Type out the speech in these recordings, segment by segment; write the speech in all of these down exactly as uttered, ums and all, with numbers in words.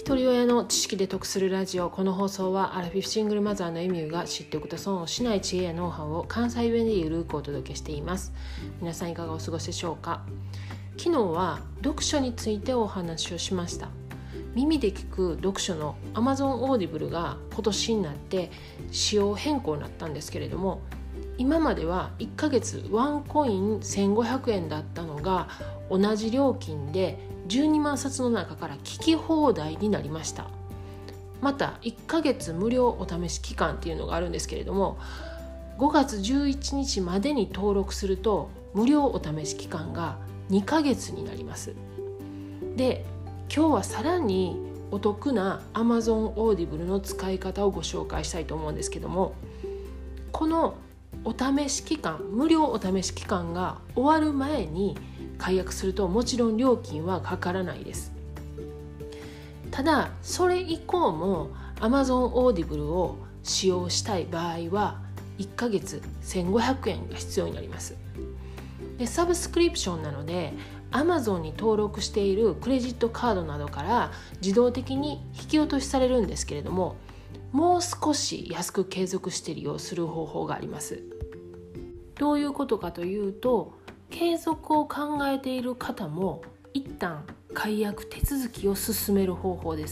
一人親の知識で得するラジオ。この放送はアラフィフシングルマザーのエミューが知っておくと損をしない知恵やノウハウを関西弁でゆるくお届けしています。皆さんいかがお過ごしでしょうか。昨日は読書についてお話をしました。耳で聞く読書の Amazon Audible が今年になって仕様変更になったんですけれども、今まではいっかげつワンコインせんごひゃくえんだったのが同じ料金でじゅうにまんさつの中から聞き放題になりました。またいっかげつ無料お試し期間っていうのがあるんですけれども、ごがつじゅういちにちまでに登録すると無料お試し期間がにかげつになります。で、今日はさらにお得な Amazon Audible の使い方をご紹介したいと思うんですけども、このお試し期間、無料お試し期間が終わる前に解約するともちろん料金はかからないです。ただそれ以降も Amazon Audible を使用したい場合はいっかげつせんごひゃくえんが必要になります。で、サブスクリプションなので Amazon に登録しているクレジットカードなどから自動的に引き落としされるんですけれども、もう少し安く継続して利用する方法があります。どういうことかというと、継続を考えている方も一旦解約手続きを進める方法です。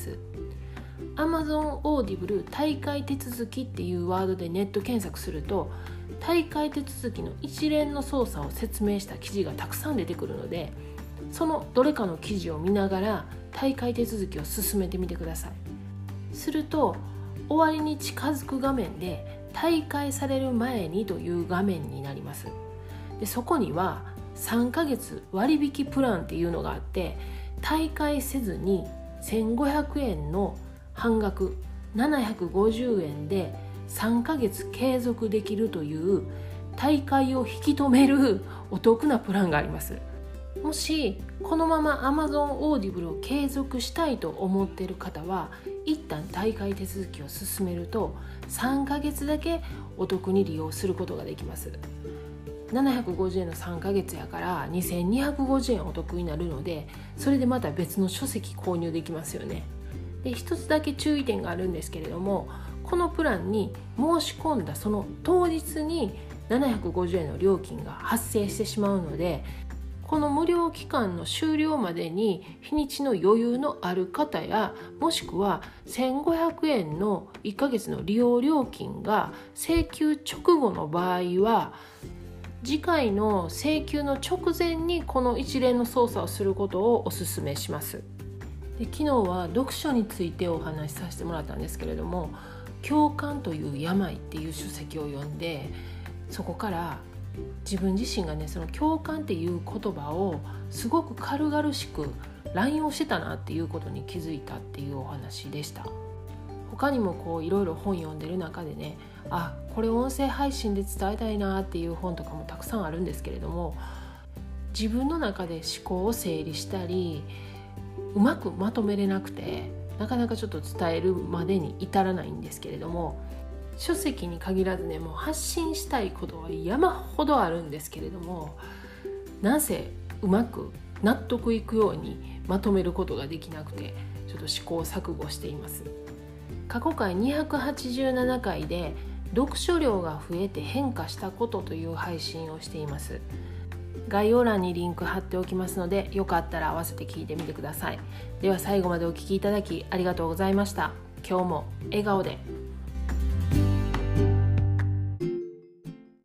Amazon Audible 退会手続きっていうワードでネット検索すると、退会手続きの一連の操作を説明した記事がたくさん出てくるので、そのどれかの記事を見ながら退会手続きを進めてみてください。すると終わりに近づく画面で退会される前にという画面になります。で、そこにはさんかげつ割引プランっていうのがあって、退会せずにせんごひゃくえんの半額ななひゃくごじゅうえんでさんかげつ継続できるという退会を引き止めるお得なプランがあります。もしこのまま Amazon Audible を継続したいと思っている方は、一旦退会手続きを進めるとさんかげつだけお得に利用することができます。ななひゃくごじゅうえんのさんかげつやからにせんにひゃくごじゅうえんお得になるので、それでまた別の書籍購入できますよね。で、一つだけ注意点があるんですけれども、このプランに申し込んだその当日にななひゃくごじゅうえんの料金が発生してしまうので、この無料期間の終了までに日にちの余裕のある方や、もしくはせんごひゃくえんのいっかげつの利用料金が請求直後の場合は、次回の請求の直前にこの一連の操作をすることをお勧めします。で、昨日は読書についてお話しさせてもらったんですけれども、共感という病っていう書籍を読んで、そこから自分自身がね、その共感っていう言葉をすごく軽々しく乱用してたなっていうことに気づいたっていうお話でした。他にもこういろいろ本読んでる中でね、あ、これ音声配信で伝えたいなっていう本とかもたくさんあるんですけれども、自分の中で思考を整理したりうまくまとめれなくて、なかなかちょっと伝えるまでに至らないんですけれども、書籍に限らずね、もう発信したいことは山ほどあるんですけれども、なぜうまく納得いくようにまとめることができなくて、ちょっと試行錯誤しています。過去回にひゃくはちじゅうななかいで読書量が増えて変化したことという配信をしています。概要欄にリンク貼っておきますので、よかったら合わせて聞いてみてください。では最後までお聞きいただきありがとうございました。今日も笑顔で。